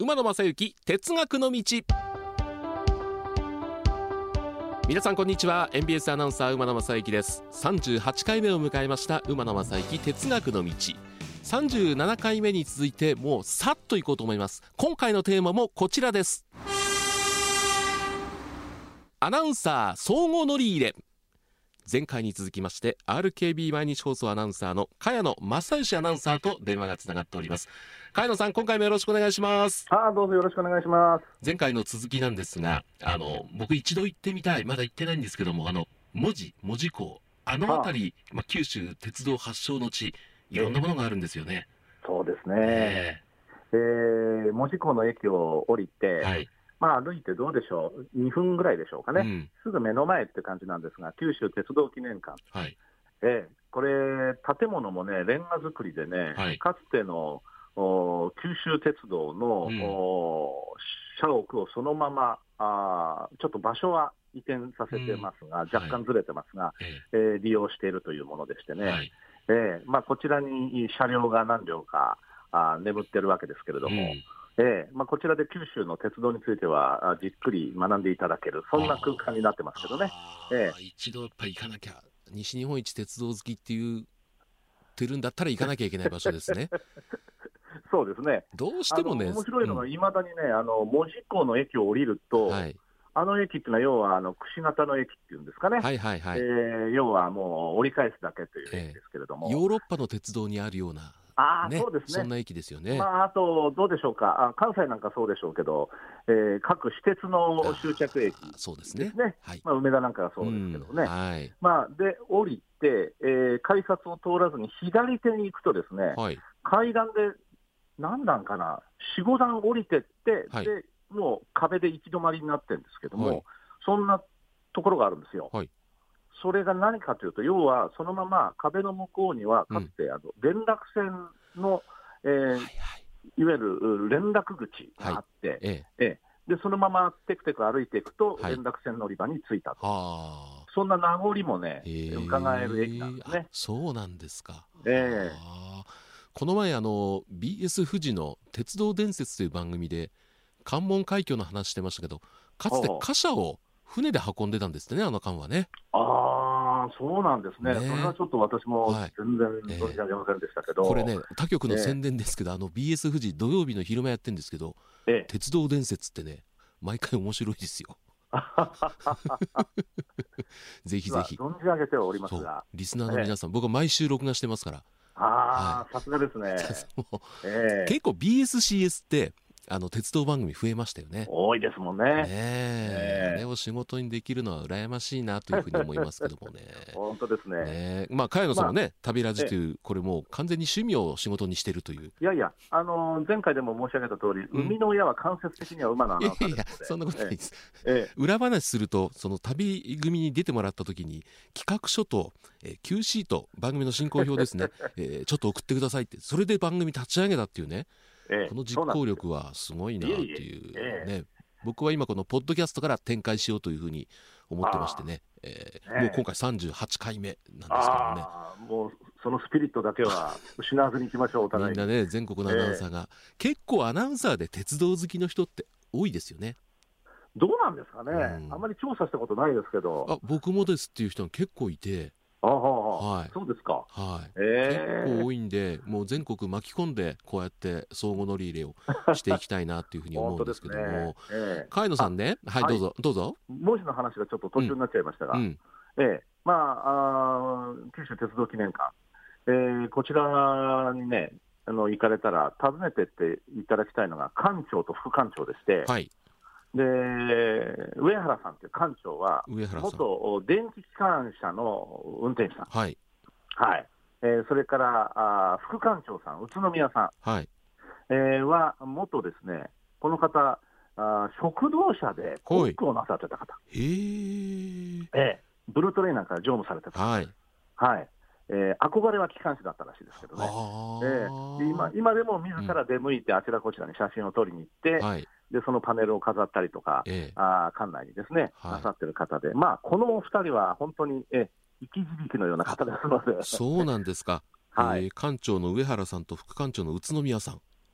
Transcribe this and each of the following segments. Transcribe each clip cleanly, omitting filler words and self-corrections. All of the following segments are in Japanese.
馬野正幸哲学の道。皆さんこんにちは。 NBS アナウンサー馬野正幸です。38回目を迎えました馬野正幸哲学の道。37回目に続いてもうさっといこうと思います。今回のテーマもこちらです。アナウンサー相互乗り入れ。前回に続きまして RKB 毎日放送アナウンサーの茅野正義アナウンサーと電話がつながっております。茅野さん、今回もよろしくお願いします。 どうぞよろしくお願いします。 前回の続きなんですが、僕一度行ってみたい、まだ行ってないんですけども、門司港、あの辺り、九州鉄道発祥の地、いろんなものがあるんですよね。 そうですね、門司港の駅を降りて、はい、歩いてどうでしょう、2分ぐらいでしょうかね、すぐ目の前って感じなんですが、九州鉄道記念館、はい、これ建物もね、レンガ造りでね、はい、かつての九州鉄道の、社屋をそのままちょっと場所は移転させてますが、若干ずれてますが、利用しているというものでしてね、はい、こちらに車両が何両か眠ってるわけですけれども、こちらで九州の鉄道についてはじっくり学んでいただける、そんな空間になってますけどね。 一度やっぱり行かなきゃ、西日本一鉄道好きって言ってるんだったら行かなきゃいけない場所ですね。 そうですね、 どうしてもね、 面白いのが、いまだにね、門司港の駅を降りると、はい、あの駅っていうのは、要はくし形の駅っていうんですかね、要はもう折り返すだけという駅ですけれども、 ヨーロッパの鉄道にあるような、 そうですね、 そんな駅ですよね。 あと、どうでしょうか、関西なんかそうでしょうけど、各私鉄の終着駅ですね、 そうですね、はい、 梅田なんかはそうですけどね、で降りて、改札を通らずに左手に行くとですね、はい、階段で何段かな、4、5段降りてって、はい、でもう壁で行き止まりになってるんですけども、はい、そんなところがあるんですよ。はい、それが何かというと、要はそのまま壁の向こうにはかつて連絡船の、いわゆる連絡口があって、でそのままテクテク歩いていくと連絡船乗り場に着いたと、そんな名残もね、伺える駅なんですね。 そうなんですか。この前BS 富士の鉄道伝説という番組で関門海峡の話してましたけど、かつて貨車を船で運んでたんですね、あの艦はね。 そうなんですね。それはちょっと私も全然存じ上げませんでしたけど、 これね、他局の宣伝ですけど、BS 富士土曜日の昼間やってるんですけど、鉄道伝説ってね、毎回面白いですよ。ぜひぜひ存じ上げてはおりますが、 リスナーの皆さん、僕は毎週録画してますから。 さすがですね。 結構 BSCS って鉄道番組増えましたよね。 多いですもんね。 あれを仕事にできるのは羨ましいなというふうに思いますけどもね。 本当ですね。 茅野さんもね、旅ラジという、これもう完全に趣味を仕事にしてるという。 いやいや、前回でも申し上げた通り、生みの親は間接的には馬のアナウンサーですので。 そんなことないです。裏話すると、その旅組に出てもらった時に企画書とQ シート、番組の進行表ですね、ちょっと送ってくださいって、それで番組立ち上げたっていうね、この実行力はすごいなっていうね。僕は今このポッドキャストから展開しようというふうに思ってましてね、もう今回38回目なんですけどね。 もうそのスピリットだけは失わずにいきましょう。お互いにみんなね、全国のアナウンサーが、結構アナウンサーで鉄道好きの人って多いですよね。 どうなんですかね、あまり調査したことないですけど。 僕もですっていう人が結構いて、 そうですか。 結構多いんで、もう全国巻き込んでこうやって相互乗り入れをしていきたいなというふうに思うんですけども、茅野さんね、どうぞ。 文字の話がちょっと途中になっちゃいましたが、九州鉄道記念館、こちらにね行かれたら訪ねてっていただきたいのが館長と副館長でして、で上原さんという館長は元電気機関車の運転手さん、それから副館長さん、宇都宮さん、は元ですね、この方食堂車でコックをなさってた方、ブルートレインなんか乗務されてた方、憧れは機関士だったらしいですけどね、今でも自ら出向いてあちらこちらに写真を撮りに行って、でそのパネルを飾ったりとか、館内にですね、なさってる方で、このお二人は本当に生き字引のような方ですので。 そうなんですか。館長の上原さんと副館長の宇都宮さん、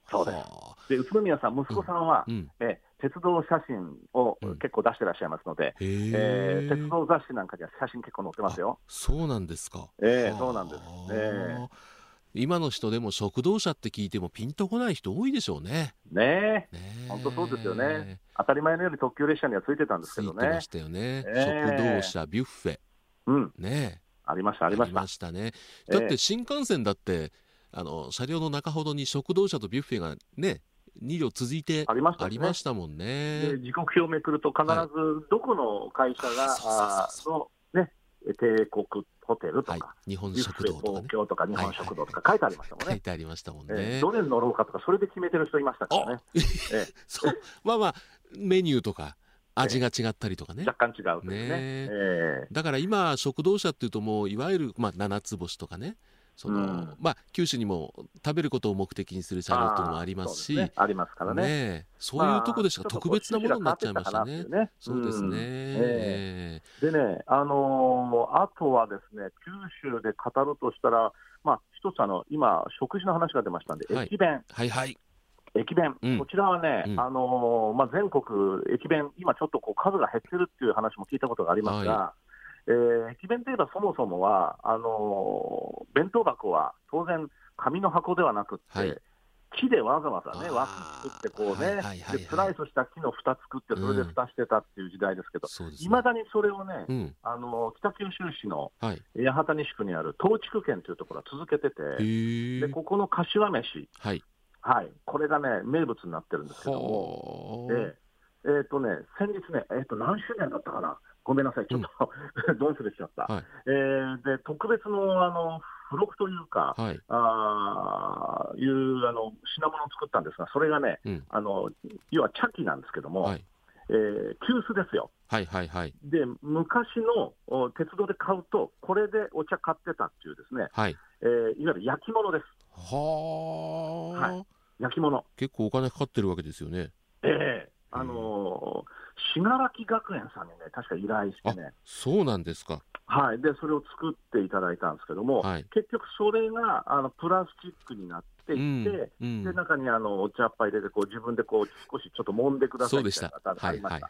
そうです。で宇都宮さん、息子さんは、鉄道写真を結構出してらっしゃいますので、鉄道雑誌なんかには写真結構載ってますよ。 そうなんですか。 そうなんです。 今の人でも食堂車って聞いてもピンとこない人多いでしょうね。 本当そうですよね。当たり前のように特急列車にはついてたんですけどね。 ついてましたよね。食堂車、ビュッフェ。 ありましたありましたね。だって新幹線だって車両の中ほどに食堂車とビュッフェがね2両続いてありましたもんね。 で時刻表をめくると必ずどこの会社がのね帝国ホテルとか、 日本食堂とか、 東京とか日本食堂とか書いてありましたもんね。 書いてありましたもんね。 どれに乗ろうかとかそれで決めてる人いましたからね。 そうまあメニューとか味が違ったりとかね、 若干違うというね。 だから今食堂車っていうともういわゆる七つ星とかね、九州にも食べることを目的にする車両っていうのもありますし、 ありますからね。 そういうとこでしか特別なものになっちゃいましたね。そうですね。 でね、あとはですね、九州で語るとしたら、一つ今食事の話が出ましたんで、駅弁。駅弁、こちらはね、全国駅弁、今ちょっと数が減ってるっていう話も聞いたことがありますが、駅弁といえばそもそもは弁当箱は当然紙の箱ではなくって、木でわざわざね枠作ってでスライスした木の蓋作ってそれで蓋してたっていう時代ですけど、いまだにそれをね、北九州市の八幡西区にある東筑軒というところは続けてて、でここの柏飯、これがね名物になってるんですけども、先日ね、何周年だったかな、ごめんなさい、ちょっと、どうすれしちゃった。で特別の付録というか、いう品物を作ったんですが、それがね、要は茶器なんですけども、急須ですよ。で昔の鉄道で買うと、これでお茶買ってたっていうですね、いわゆる焼き物です。焼き物。 結構お金かかってるわけですよね。 信楽学園さんにね、確か依頼してね。 そうなんですか。 でそれを作っていただいたんですけども、結局それがプラスチックになっていって、で中にお茶っ葉入れて自分で少しちょっと揉んでくださいみたいなのがありました。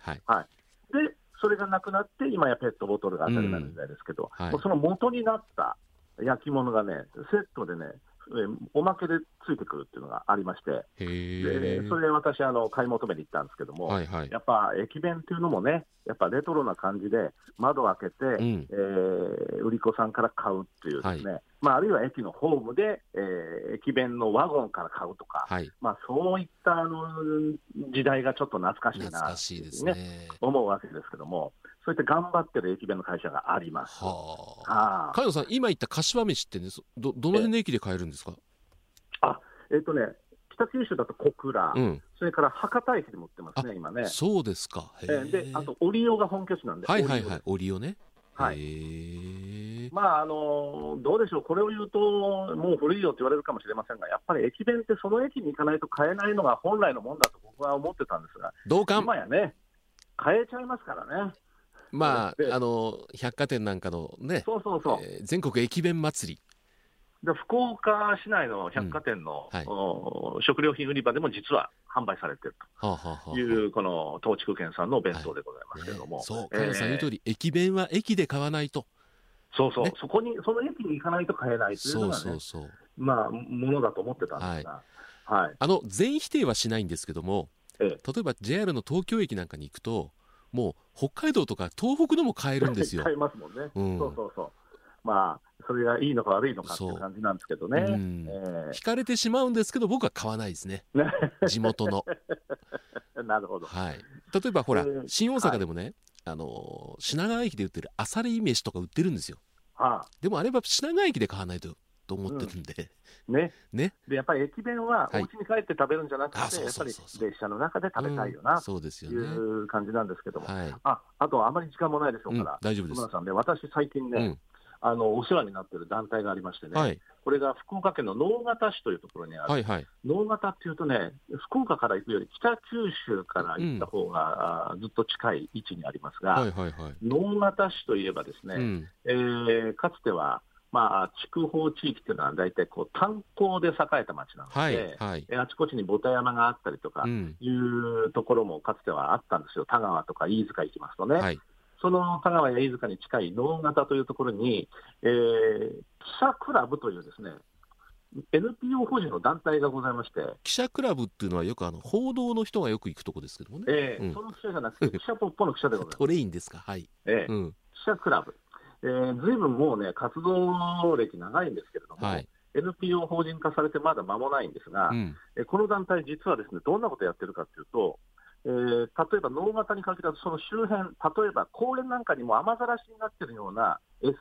でそれがなくなって今やペットボトルが当たり前の時代ですけど、その元になった焼き物がねセットでねおまけでついてくるっていうのがありまして、でそれで私買い求めに行ったんですけども、やっぱ駅弁っていうのもね、やっぱレトロな感じで窓開けて、売り子さんから買うっていうですね、あるいは駅のホームで、駅弁のワゴンから買うとか、そういった時代がちょっと懐かしいなってね思うわけですけども、そういった頑張ってる駅弁の会社があります。 萱野さん、今言った柏飯ってね、どの辺の駅で買えるんですか？ 北九州だと小倉、それから博多駅でも売ってますね、今ね。 そうですか。 で、あとオリオが本拠地なんで。 オリオね。 どうでしょう、これを言うともう古いよって言われるかもしれませんが、やっぱり駅弁ってその駅に行かないと買えないのが本来のもんだと僕は思ってたんですが、今やね買えちゃいますからね。 百貨店なんかのね、全国駅弁祭りで、福岡市内の百貨店の、食料品売り場でも実は販売されているというこの東筑軒さんのお弁当でございますけれども、 萱野さん言う通り、駅弁は駅で買わないと、 その駅に行かないと買えないというのがね、ものだと思ってたんですが、 全否定はしないんですけども、例えば JR の東京駅なんかに行くと、もう北海道とか東北のも買えるんですよ。 買えますもんね。それがいいのか悪いのかっていう感じなんですけどね。 惹かれてしまうんですけど、僕は買わないですね。地元の。 なるほど。 例えばほら、新大阪でもね、品川駅で売ってるあさり飯とか売ってるんですよ。でもあれは品川駅で買わないと思ってるんで。でやっぱり駅弁はお家に帰って食べるんじゃなくて、やっぱり列車の中で食べたいよなという感じなんですけども、あとあまり時間もないでしょうから、 大丈夫です。 私最近ね、お世話になっている団体がありましてね、これが福岡県の直方市というところにある、直方っていうとね、福岡から行くより北九州から行った方がずっと近い位置にありますが、直方市といえばですね、かつては筑豊地域っていうのは大体炭鉱で栄えた町なので、 はいはい、 あちこちにボタ山があったりとかいうところもかつてはあったんですよ。田川とか飯塚行きますとね、はい、その田川や飯塚に近い能形というところに、記者クラブというですね、NPO 法人の団体がございまして。 記者クラブっていうのはよく報道の人がよく行くとこですけどもね、 その記者じゃなくて記者ポッポの記者でございます。 トレインですか、はい、 記者クラブ、ずいぶんもうね活動歴長いんですけれども、はい、NPO 法人化されてまだ間もないんですが、この団体実はですね、どんなことをやってるかというと、例えば能形に限らずその周辺、例えば公園なんかにも雨ざらしになっているような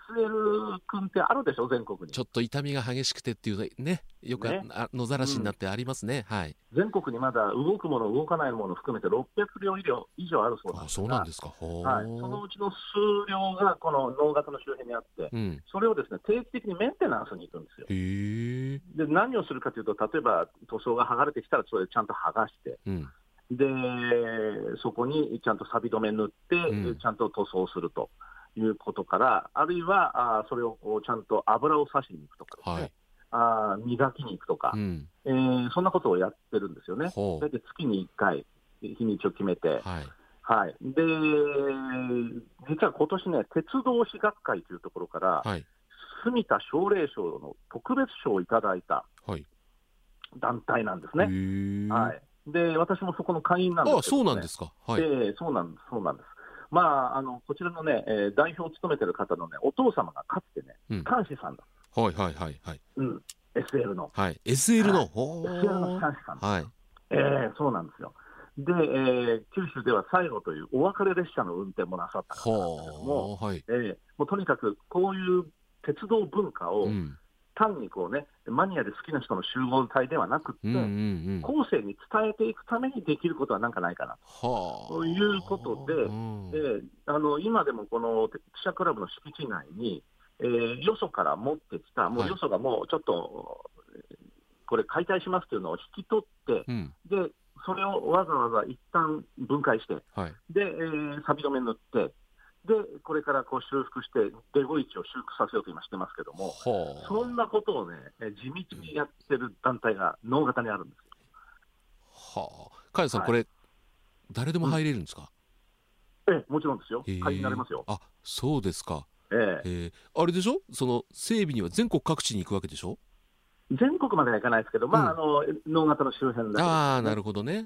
SL 君ってあるでしょ、全国に。 ちょっと痛みが激しくてっていうね、よく野ざらしになってありますね、はい、 全国にまだ動くもの動かないものを含めて600両以上あるそうなんですが、 そうなんですか、 はい、そのうちの数両がこの能形の周辺にあって、それをですね定期的にメンテナンスに行くんですよ。で何をするかというと、例えば塗装が剥がれてきたらそれでちゃんと剥がして、でそこにちゃんと錆止め塗って、ちゃんと塗装するということから、あるいはそれをちゃんと油を差しに行くとかですね、磨きに行くとか、そんなことをやってるんですよね。大体月に1回日にちを決めて、はい、で実は今年ね、鉄道史学会というところから、住田奨励賞の特別賞をいただいた団体なんですね。はい、で私もそこの会員なんですけど、ね、 そうなんですか、はい、 そうなんです、そうなんです。こちらのね、代表を務めてる方のね、お父様がかつてね、機関士さんだ。 はいはいはいはい。 SL の。 はい。SL の。 SL の機関士さん。はい。そうなんですよ。で、九州では最後というお別れ列車の運転もなさった方なんですけども、もうとにかくこういう鉄道文化を、単にマニアで好きな人の集合体ではなくって、後世に伝えていくためにできることは何かないかなということで、今でもこの記者クラブの敷地内に、よそから持ってきた、もうよそがもうちょっとこれ解体しますというのを引き取って、でそれをわざわざ一旦分解して、で錆止め塗って、でこれから修復してデゴイチを修復させようと今してますけども、そんなことをね地道にやってる団体が能形にあるんですよ。 加谷さん、これ誰でも入れるんですか？ もちろんですよ。会員になれますよ。 そうですか。あれでしょ、その整備には全国各地に行くわけでしょ？ 全国まではいかないですけど、能形の周辺だけですね。 なるほどね。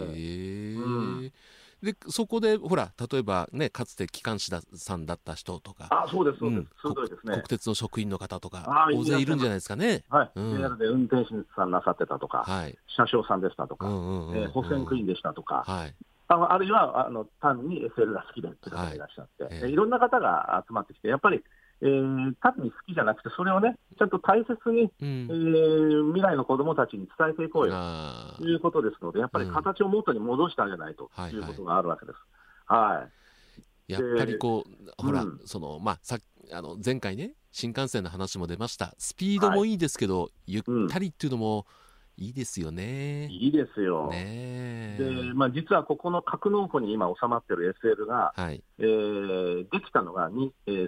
でそこでほら、例えばね、かつて機関士さんだった人とか、 そうですそうです、鋭いですね。 国鉄の職員の方とか大勢いるんじゃないですかね。 JR で運転手さんなさってたとか、車掌さんでしたとか、保線区員でしたとか、あるいは単に SL が好きでって方がいらっしゃって、いろんな方が集まってきて、やっぱり単に好きじゃなくて、それをねちゃんと大切に、未来の子どもたちに伝えていこうよということですので、やっぱり形を元に戻してあげないということがあるわけです。 やっぱりほら、前回ね、新幹線の話も出ました。スピードもいいですけど、ゆったりっていうのもいいですよね。 いいですよ。で、実はここの格納庫に今収まってる SL が、できたのが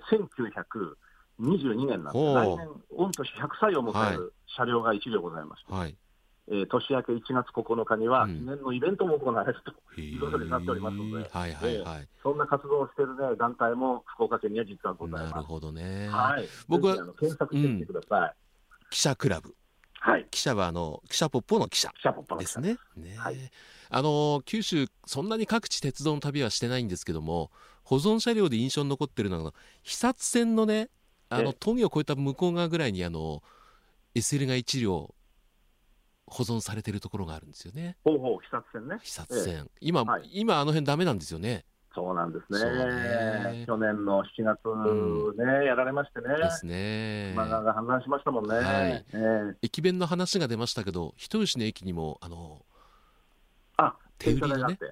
1922年なんです。来年御年100歳を迎える車両が1両ございまして、年明け1月9日には記念のイベントも行われるということになっておりますので、そんな活動をしている、団体も福岡県には実はございます。 なるほどね。 僕は検索してみてください。 記者クラブ。記者は記者ポッポの記者ですね。九州そんなに各地鉄道の旅はしてないんですけども、保存車両で印象に残ってるのが肥薩線のね、峠を越えた向こう側ぐらいにSL が1両保存されてるところがあるんですよね。 肥薩線ね。 肥薩線、今あの辺ダメなんですよね。 そうなんですね。去年の7月ね、やられましてね。 ですね。 球磨川が氾濫しましたもんね。 駅弁の話が出ましたけど、人吉の駅にも手売りのね、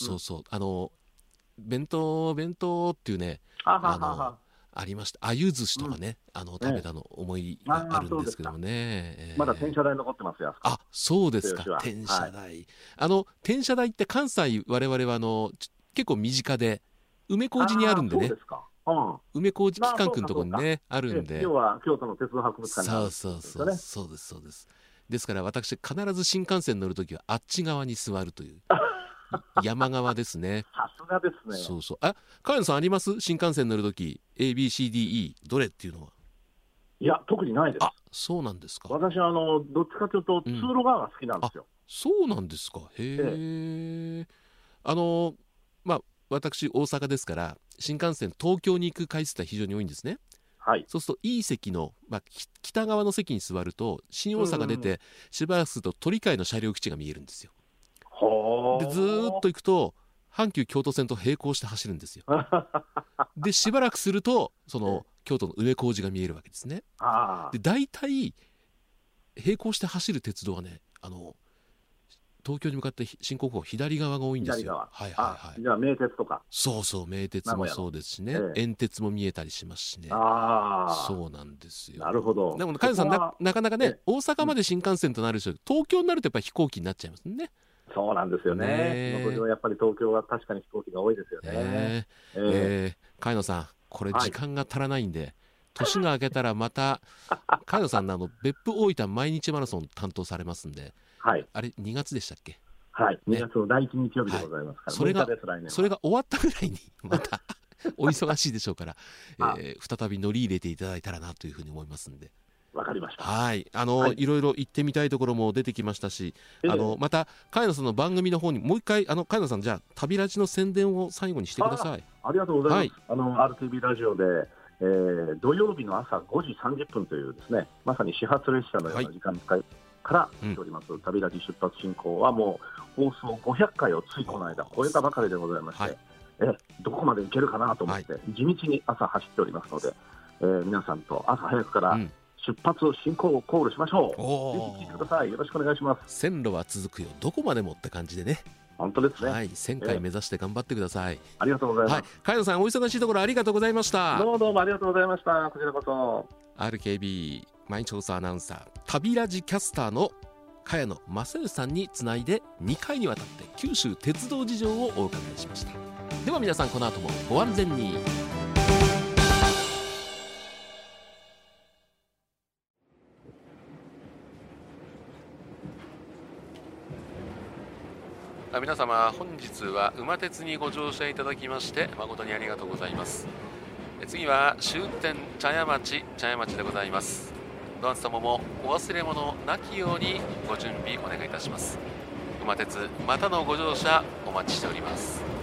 弁当っていうね、ありました。鮎寿司とかね、食べたの思いがあるんですけどもね。 まだ転車台残ってますよ。 そうですか。転車台。転車台って関西我々は結構身近で梅小路にあるんでね。 梅小路機関区のところにね、あるんで、 要は京都の鉄道博物館にあるんですよね。 そうです。ですから私必ず新幹線乗るときはあっち側に座るという山側ですね。 さすがですね。 そうそう。萱野さんあります？新幹線乗るとき ABCDE どれっていうのは。 いや特にないです。 そうなんですか。 私はどっちかというと通路側が好きなんですよ。 そうなんですか。へえ。私大阪ですから新幹線東京に行く回数は非常に多いんですね。そうするといい席の、北側の席に座ると新大阪出てしばらくすると鳥飼の車両基地が見えるんですよ。でずーっと行くと阪急京都線と並行して走るんですよ。でしばらくするとその京都の梅小路が見えるわけですね。で大体並行して走る鉄道はね東京に向かって進行方左側が多いんですよ。 じゃあ名鉄とか。 そう名鉄もそうですしね、沿鉄も見えたりしますしね。そうなんですよ。 なるほど。 でも萱野さんなかなかね、大阪まで新幹線となる人、東京になるとやっぱり飛行機になっちゃいますね。 そうなんですよね。やっぱり東京は確かに飛行機が多いですよね。 萱野さんこれ時間が足らないんで、年が明けたらまた萱野さんの別府大分毎日マラソン担当されますんで、あれ2月でしたっけ ？2月の第1日曜日でございますから、 それが終わったぐらいにまたお忙しいでしょうから、再び乗り入れていただいたらなというふうに思いますんで。 わかりました。 いろいろ行ってみたいところも出てきましたし、また萱野さんの番組の方にもう一回萱野さんじゃあ旅ラジの宣伝を最後にしてください。 ありがとうございます。RTV ラジオで、土曜日の朝5時30分というですね、まさに始発列車のような時間帯からしております、旅ラジ出発進行はもう放送500回をついこの間超えたばかりでございまして、どこまで行けるかなと思って、地道に朝走っておりますので、皆さんと朝早くから出発進行をコールしましょう。ぜひ聞いてください。よろしくお願いします。 線路は続くよ、どこまでもって感じでね。 本当ですね。 1000回目指して頑張ってください。 ありがとうございます。 萱野さんお忙しいところありがとうございました。 どうもありがとうございました。こちらこそ。 RKB 毎日放送アナウンサー旅ラジキャスターの萱野正義さんにつないで2回にわたって九州鉄道事情をお伺いしました。では皆さんこの後もご安全に。皆様本日は馬鉄にご乗車いただきまして誠にありがとうございます。次は終点茶屋町でございます。どなた様もお忘れ物なきようにご準備お願いいたします。馬鉄またのご乗車お待ちしております。